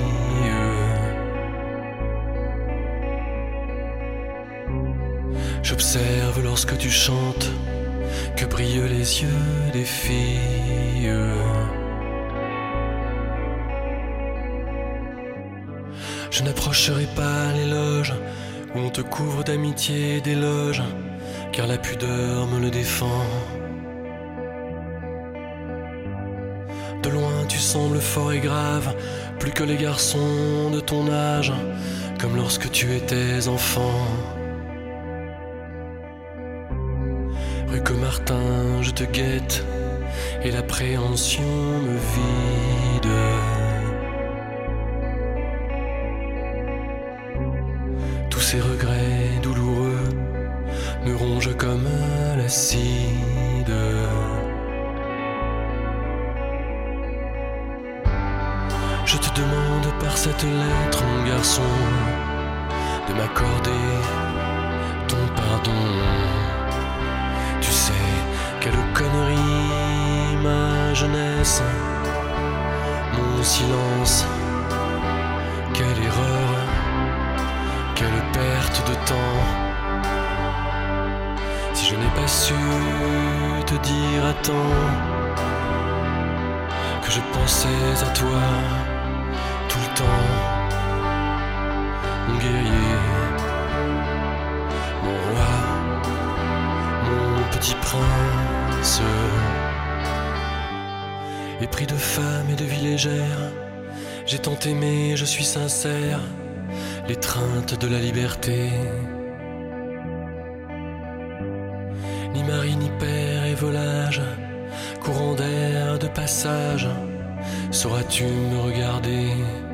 J'observe lorsque tu chantes que brillent les yeux des filles. Je n'approcherai pas les loges où on te couvre d'amitié et d'éloges, car la pudeur me le défend. De loin tu sembles fort et grave, plus que les garçons de ton âge, comme lorsque tu étais enfant. Rue Comartin, je te guette, et l'appréhension me vide. Tous ces regrets douloureux me rongent comme l'acide. Je te demande par cette lettre, mon garçon, de m'accorder ton pardon. Tu sais, quelle connerie ma jeunesse, mon silence, quelle erreur, quelle perte de temps. Si je n'ai pas su te dire à temps que je pensais à toi tout le temps, mon guerrier, mon roi, mon petit prince. Épris de femme et de vie légère, j'ai tant aimé, je suis sincère, l'étreinte de la liberté. Ni mari, ni père et volage, courant d'air de passage, sauras-tu me regarder?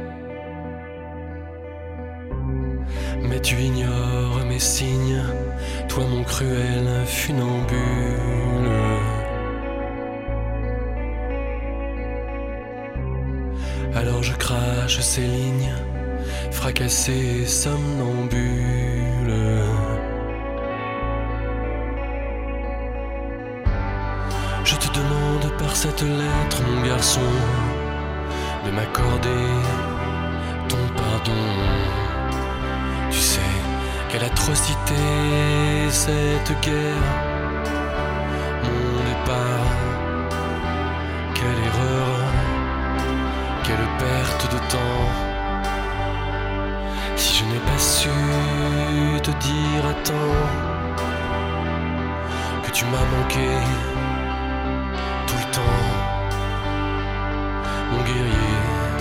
Mais tu ignores mes signes, toi mon cruel funambule. Alors je crache ces lignes, fracassé et somnambule. Je te demande par cette lettre, mon garçon, de m'accorder ton pardon. Tu sais, quelle atrocité cette guerre, mon départ, quelle erreur, quelle perte de temps. Si je n'ai pas su te dire à temps que tu m'as manqué tout le temps, mon guerrier,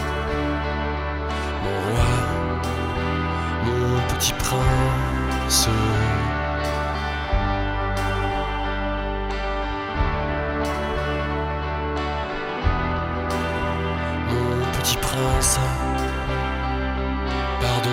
mon roi, mon petit prince. Mon petit prince, pardon.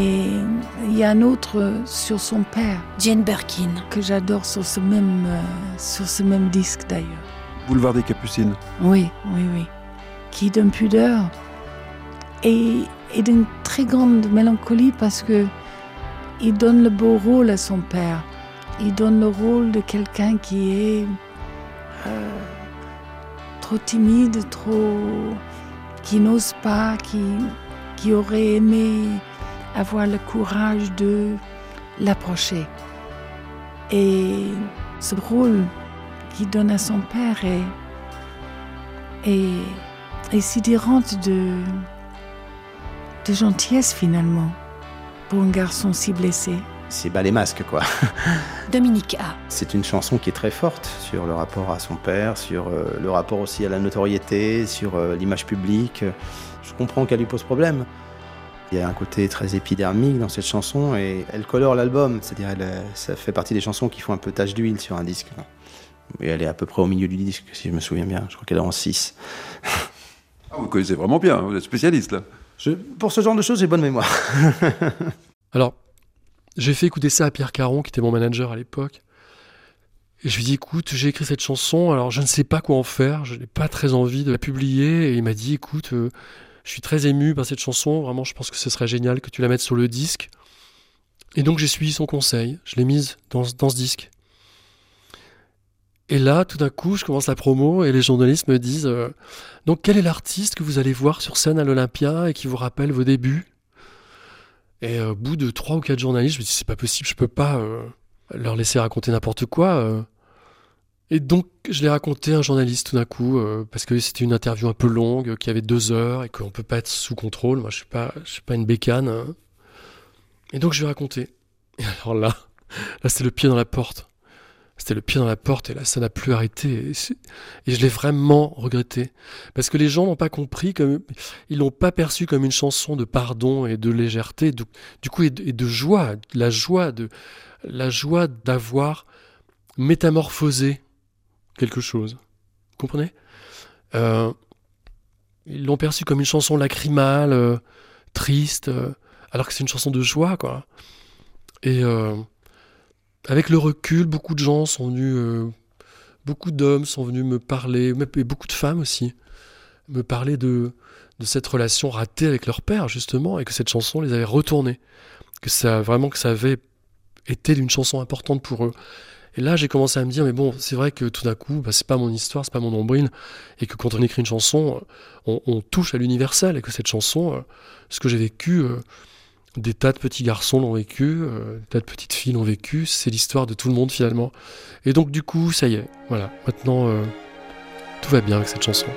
Et il y a un autre sur son père. Jane Birkin. Que j'adore sur ce même, euh, sur ce même disque d'ailleurs. Boulevard des Capucines. Oui, oui, oui. Qui est d'une pudeur et, et d'une très grande mélancolie parce que il donne le beau rôle à son père. Il donne le rôle de quelqu'un qui est euh, trop timide, trop, qui n'ose pas, qui, qui aurait aimé avoir le courage de l'approcher. Et ce rôle qu'il donne à son père est, est, est sidérante de, de gentillesse finalement pour un garçon si blessé. C'est bas les masques, quoi. Dominique A. C'est une chanson qui est très forte sur le rapport à son père, sur euh, le rapport aussi à la notoriété, sur euh, l'image publique. Je comprends qu'elle lui pose problème. Il y a un côté très épidermique dans cette chanson et elle colore l'album. C'est-à-dire elle, ça fait partie des chansons qui font un peu tache d'huile sur un disque. Et elle est à peu près au milieu du disque, si je me souviens bien. Je crois qu'elle est en six. Ah, vous connaissez vraiment bien, vous êtes spécialiste là. Je, pour ce genre de choses, j'ai bonne mémoire. Alors, j'ai fait écouter ça à Pierre Caron, qui était mon manager à l'époque. Et je lui ai dit, écoute, j'ai écrit cette chanson, alors je ne sais pas quoi en faire, je n'ai pas très envie de la publier. Et il m'a dit, écoute, euh, je suis très ému par cette chanson, vraiment, je pense que ce serait génial que tu la mettes sur le disque. Et donc j'ai suivi son conseil, je l'ai mise dans, dans ce disque. Et là, tout d'un coup, je commence la promo et les journalistes me disent euh, donc quel est l'artiste que vous allez voir sur scène à l'Olympia et qui vous rappelle vos débuts ? Et au bout de trois ou quatre journalistes, je me dis c'est pas possible, je peux pas euh, leur laisser raconter n'importe quoi. Euh. Et donc je l'ai raconté à un journaliste tout d'un coup euh, parce que c'était une interview un peu longue, qui avait deux heures et qu'on peut pas être sous contrôle. Moi, je suis pas, je suis pas une bécane. Hein. Et donc je lui ai raconté. Et alors là, là c'était le pied dans la porte. C'était le pied dans la porte et là, ça n'a plus arrêté. Et, et je l'ai vraiment regretté. Parce que les gens n'ont pas compris, comme, ils l'ont pas perçu comme une chanson de pardon et de légèreté, de, du coup, et de, et de joie, la joie, de, la joie d'avoir métamorphosé quelque chose. Vous comprenez ? euh, Ils l'ont perçu comme une chanson lacrymale, euh, triste, euh, alors que c'est une chanson de joie, quoi. Et... Euh, avec le recul, beaucoup de gens sont venus, euh, beaucoup d'hommes sont venus me parler, et beaucoup de femmes aussi, me parler de, de cette relation ratée avec leur père, justement, et que cette chanson les avait retournés. Que ça, vraiment, que ça avait été une chanson importante pour eux. Et là, j'ai commencé à me dire, mais bon, c'est vrai que tout d'un coup, bah, c'est pas mon histoire, c'est pas mon nombril, et que quand on écrit une chanson, on, on touche à l'universel, et que cette chanson, euh, ce que j'ai vécu... Euh, des tas de petits garçons l'ont vécu, euh, des tas de petites filles l'ont vécu, c'est l'histoire de tout le monde finalement. Et donc du coup, ça y est, voilà, maintenant euh, tout va bien avec cette chanson.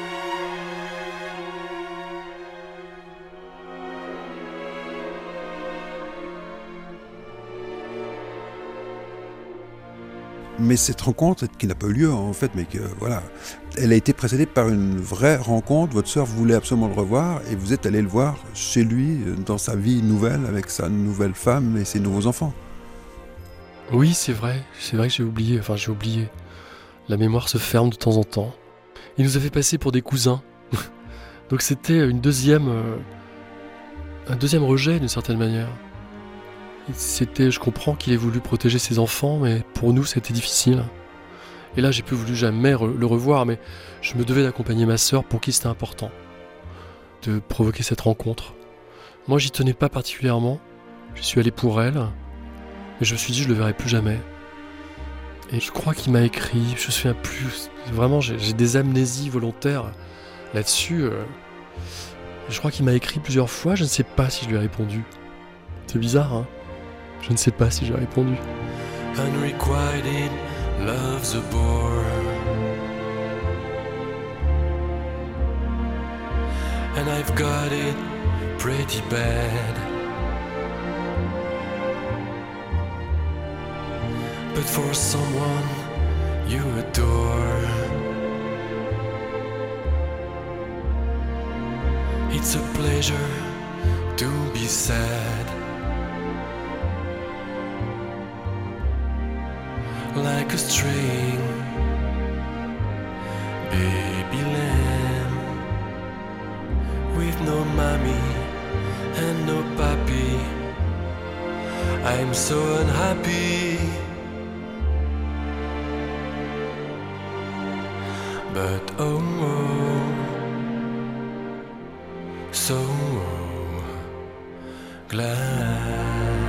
Mais cette rencontre, qui n'a pas eu lieu en fait, mais que voilà, elle a été précédée par une vraie rencontre. Votre sœur voulait absolument le revoir et vous êtes allé le voir chez lui, dans sa vie nouvelle, avec sa nouvelle femme et ses nouveaux enfants. Oui, c'est vrai, c'est vrai que j'ai oublié, enfin j'ai oublié. La mémoire se ferme de temps en temps. Il nous a fait passer pour des cousins. Donc c'était une deuxième, euh, un deuxième rejet d'une certaine manière. C'était, je comprends qu'il ait voulu protéger ses enfants, mais pour nous, c'était difficile. Et là, j'ai plus voulu jamais re- le revoir, mais je me devais d'accompagner ma sœur pour qui c'était important de provoquer cette rencontre. Moi, j'y tenais pas particulièrement. Je suis allé pour elle, mais je me suis dit, je le verrai plus jamais. Et je crois qu'il m'a écrit, je me souviens plus. Vraiment, j'ai, j'ai des amnésies volontaires là-dessus. Euh, je crois qu'il m'a écrit plusieurs fois, je ne sais pas si je lui ai répondu. C'est bizarre, hein ? Je ne sais pas si j'ai répondu. Unrequited love's a bore, and I've got it pretty bad. But for someone you adore, it's a pleasure to be sad. Like a string, baby lamb, with no mommy and no papi. I'm so unhappy. But oh, oh so glad.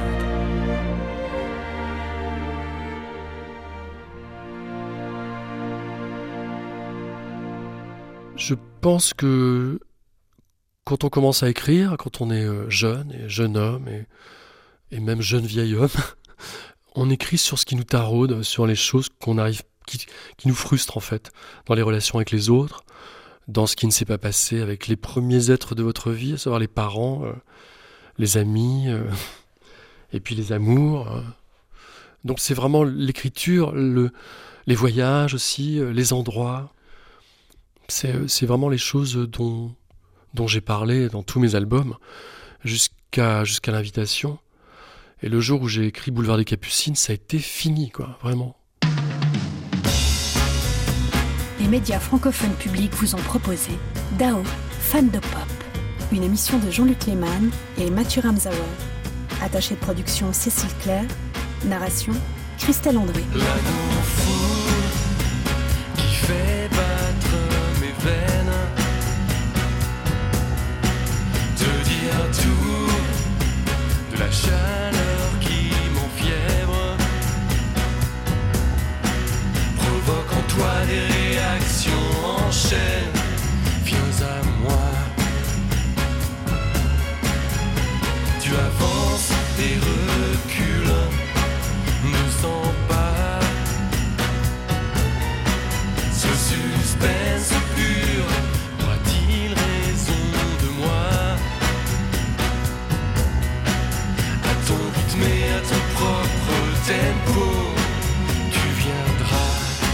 Je pense que quand on commence à écrire, quand on est jeune, et jeune homme, et, et même jeune vieil homme, on écrit sur ce qui nous taraude, sur les choses qu'on arrive, qui, qui nous frustrent en fait, dans les relations avec les autres, dans ce qui ne s'est pas passé avec les premiers êtres de votre vie, à savoir les parents, euh, les amis, euh, et puis les amours. Euh. Donc c'est vraiment l'écriture, le, les voyages aussi, euh, les endroits. C'est, c'est vraiment les choses dont, dont j'ai parlé dans tous mes albums, jusqu'à, jusqu'à l'invitation. Et le jour où j'ai écrit Boulevard des Capucines, ça a été fini, quoi, vraiment. Les médias francophones publics vous ont proposé Dao, fan de pop, une émission de Jean-Luc Lehmann et Mathieu Ramsauer. Attaché de production Cécile Claire, narration Christelle André. L'amour fou qui fait battre mes veines, te dire tout de la chaleur qui m'enfièvre, provoque en toi des réactions en chaîne. Viens à moi, tu avances et recules, ne sens pas ce suspense pur. Aura-t-il raison de moi? À ton rythme et à ton propre tempo, tu viendras.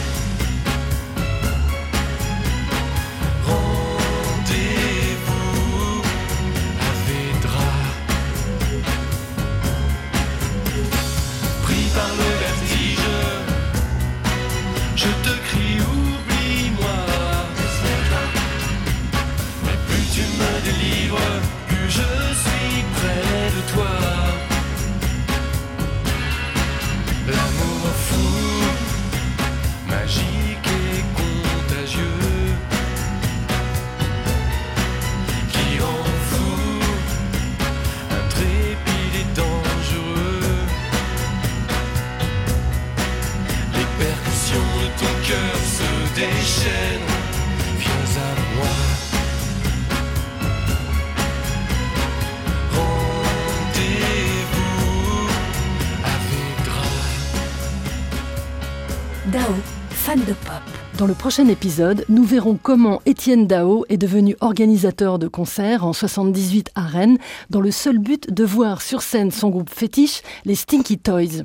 Je te crie oublie-moi, mais plus tu me délivres, plus je suis près de toi. L'amour fou, magique et contagieux, qui rend fou, intrépide et dangereux. Les percussions de ton cœur se déchaînent. Viens à moi. Rendez-vous avec Dra. Dao, fan de pop. Dans le prochain épisode, nous verrons comment Étienne Dao est devenu organisateur de concerts en soixante-dix-huit à Rennes, dans le seul but de voir sur scène son groupe fétiche, les Stinky Toys.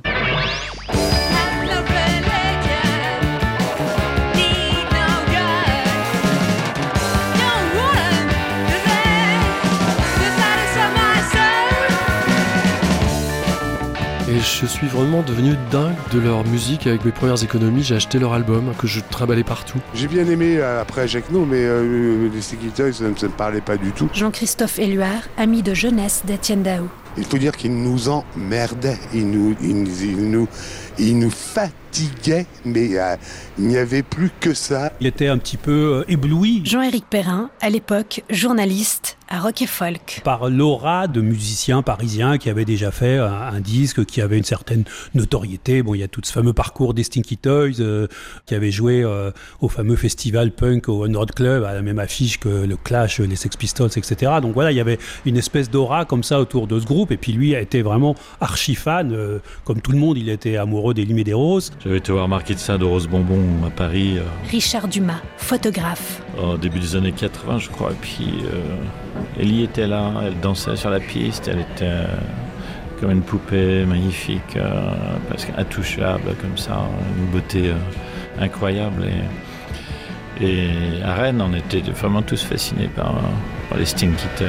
Et je suis vraiment devenu dingue de leur musique. Avec mes premières économies, j'ai acheté leur album que je traballais partout. J'ai bien aimé euh, après Jacques No, mais euh, les Stinky Toys, ça ne me parlait pas du tout. Jean-Christophe Éluard, ami de jeunesse d'Étienne Dao. Il faut dire qu'il nous emmerdait, il nous, il, il nous, il nous fatiguait, mais euh, il n'y avait plus que ça. Il était un petit peu euh, ébloui. Jean-Éric Perrin, à l'époque journaliste à Rock et Folk. Par l'aura de musiciens parisiens qui avaient déjà fait un, un disque, qui avait une certaine notoriété. Bon, il y a tout ce fameux parcours des Stinky Toys, euh, qui avait joué euh, au fameux festival punk au One Road Club, à la même affiche que le Clash, les Sex Pistols, et cetera. Donc voilà, il y avait une espèce d'aura comme ça autour de ce groupe. Et puis lui a été vraiment archi fan, euh, comme tout le monde, il était amoureux des Limes et des Roses. J'avais été voir Marquis de Sade de Rose Bonbon à Paris. Euh, Richard Dumas, photographe. Au début des années quatre-vingts, je crois. Et puis euh, Ellie était là, elle dansait sur la piste, elle était euh, comme une poupée magnifique, euh, presque intouchable comme ça, une beauté euh, incroyable. Et, et à Rennes, on était vraiment tous fascinés par, par les Stinky Toys.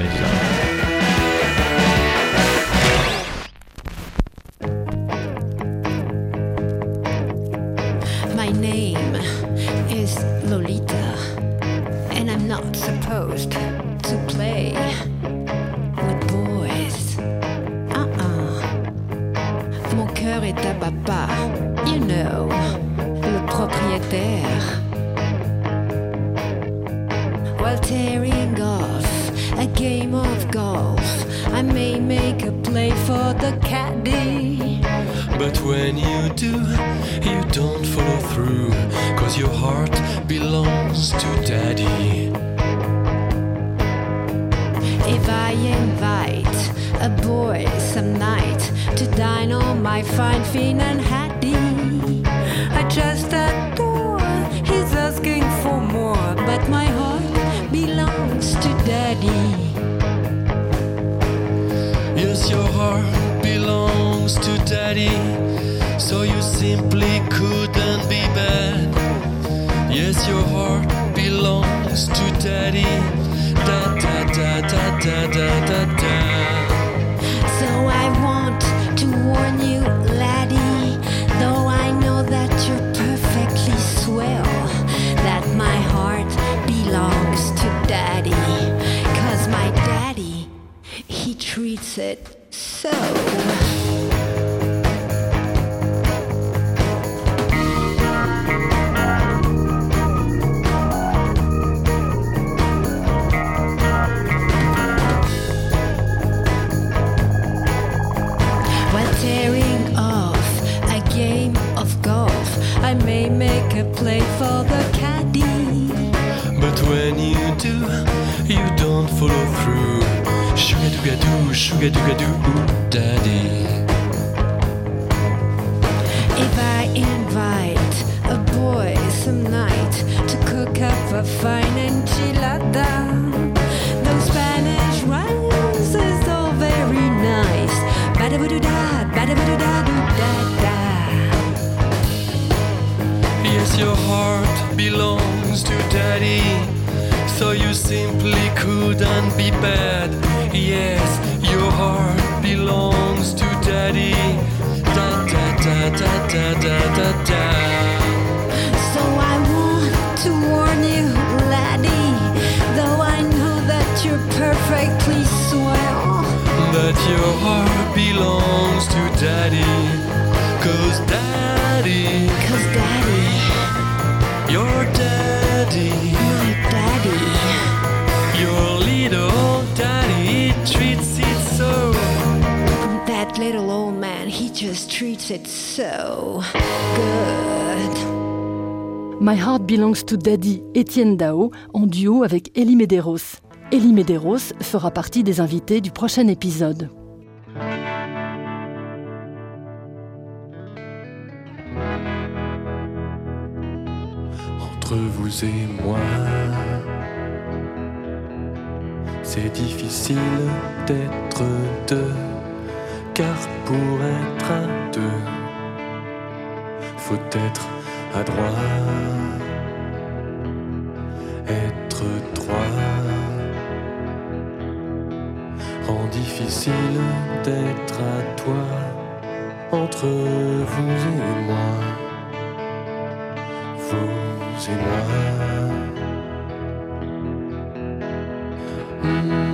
My name is Lolita, and I'm not supposed to play with boys. Uh-uh. cœur est à papa, you know, le propriétaire. While tearing off a game of golf, I may make a play for the caddy. But when you do, you don't follow through, 'cause your heart belongs to daddy. If I invite a boy some night to dine on my fine fin and hattie, I just adore, he's asking for more, but my heart belongs to daddy. Yes, your heart belongs to daddy, so you simply couldn't be bad. Yes, your heart belongs to daddy. Da da da da da da da da. So I want to warn you, laddie, though I know that you're perfectly swell, that my heart belongs to daddy, 'cause my daddy, he treats it so. I may make a play for the caddy. But when you do, you don't follow through. Sugar-doo-ga-doo, sugar-doo-ga-doo, daddy. If I invite a boy some night to cook up a fine enchilada, those Spanish rhymes is all very nice. Bada-ba-doo-da, bada-ba-doo-da-doo-da-da. Yes, your heart belongs to daddy, so you simply couldn't be bad. Yes, your heart belongs to daddy. Da da da da da da da da. So I want to warn you, laddie, though I know that you're perfectly swell, that your heart belongs to daddy, 'cause daddy, 'cause daddy, your daddy, my daddy, your little daddy treats it so. That little old man, he just treats it so good. My Heart Belongs to Daddy, Étienne Dao, en duo avec Elie Medeiros. Elie Medeiros fera partie des invités du prochain épisode. Entre vous et moi, c'est difficile d'être deux, car pour être à deux, faut être adroit, être droit. Rend difficile d'être à toi, entre vous et moi, vous et moi. Mmh.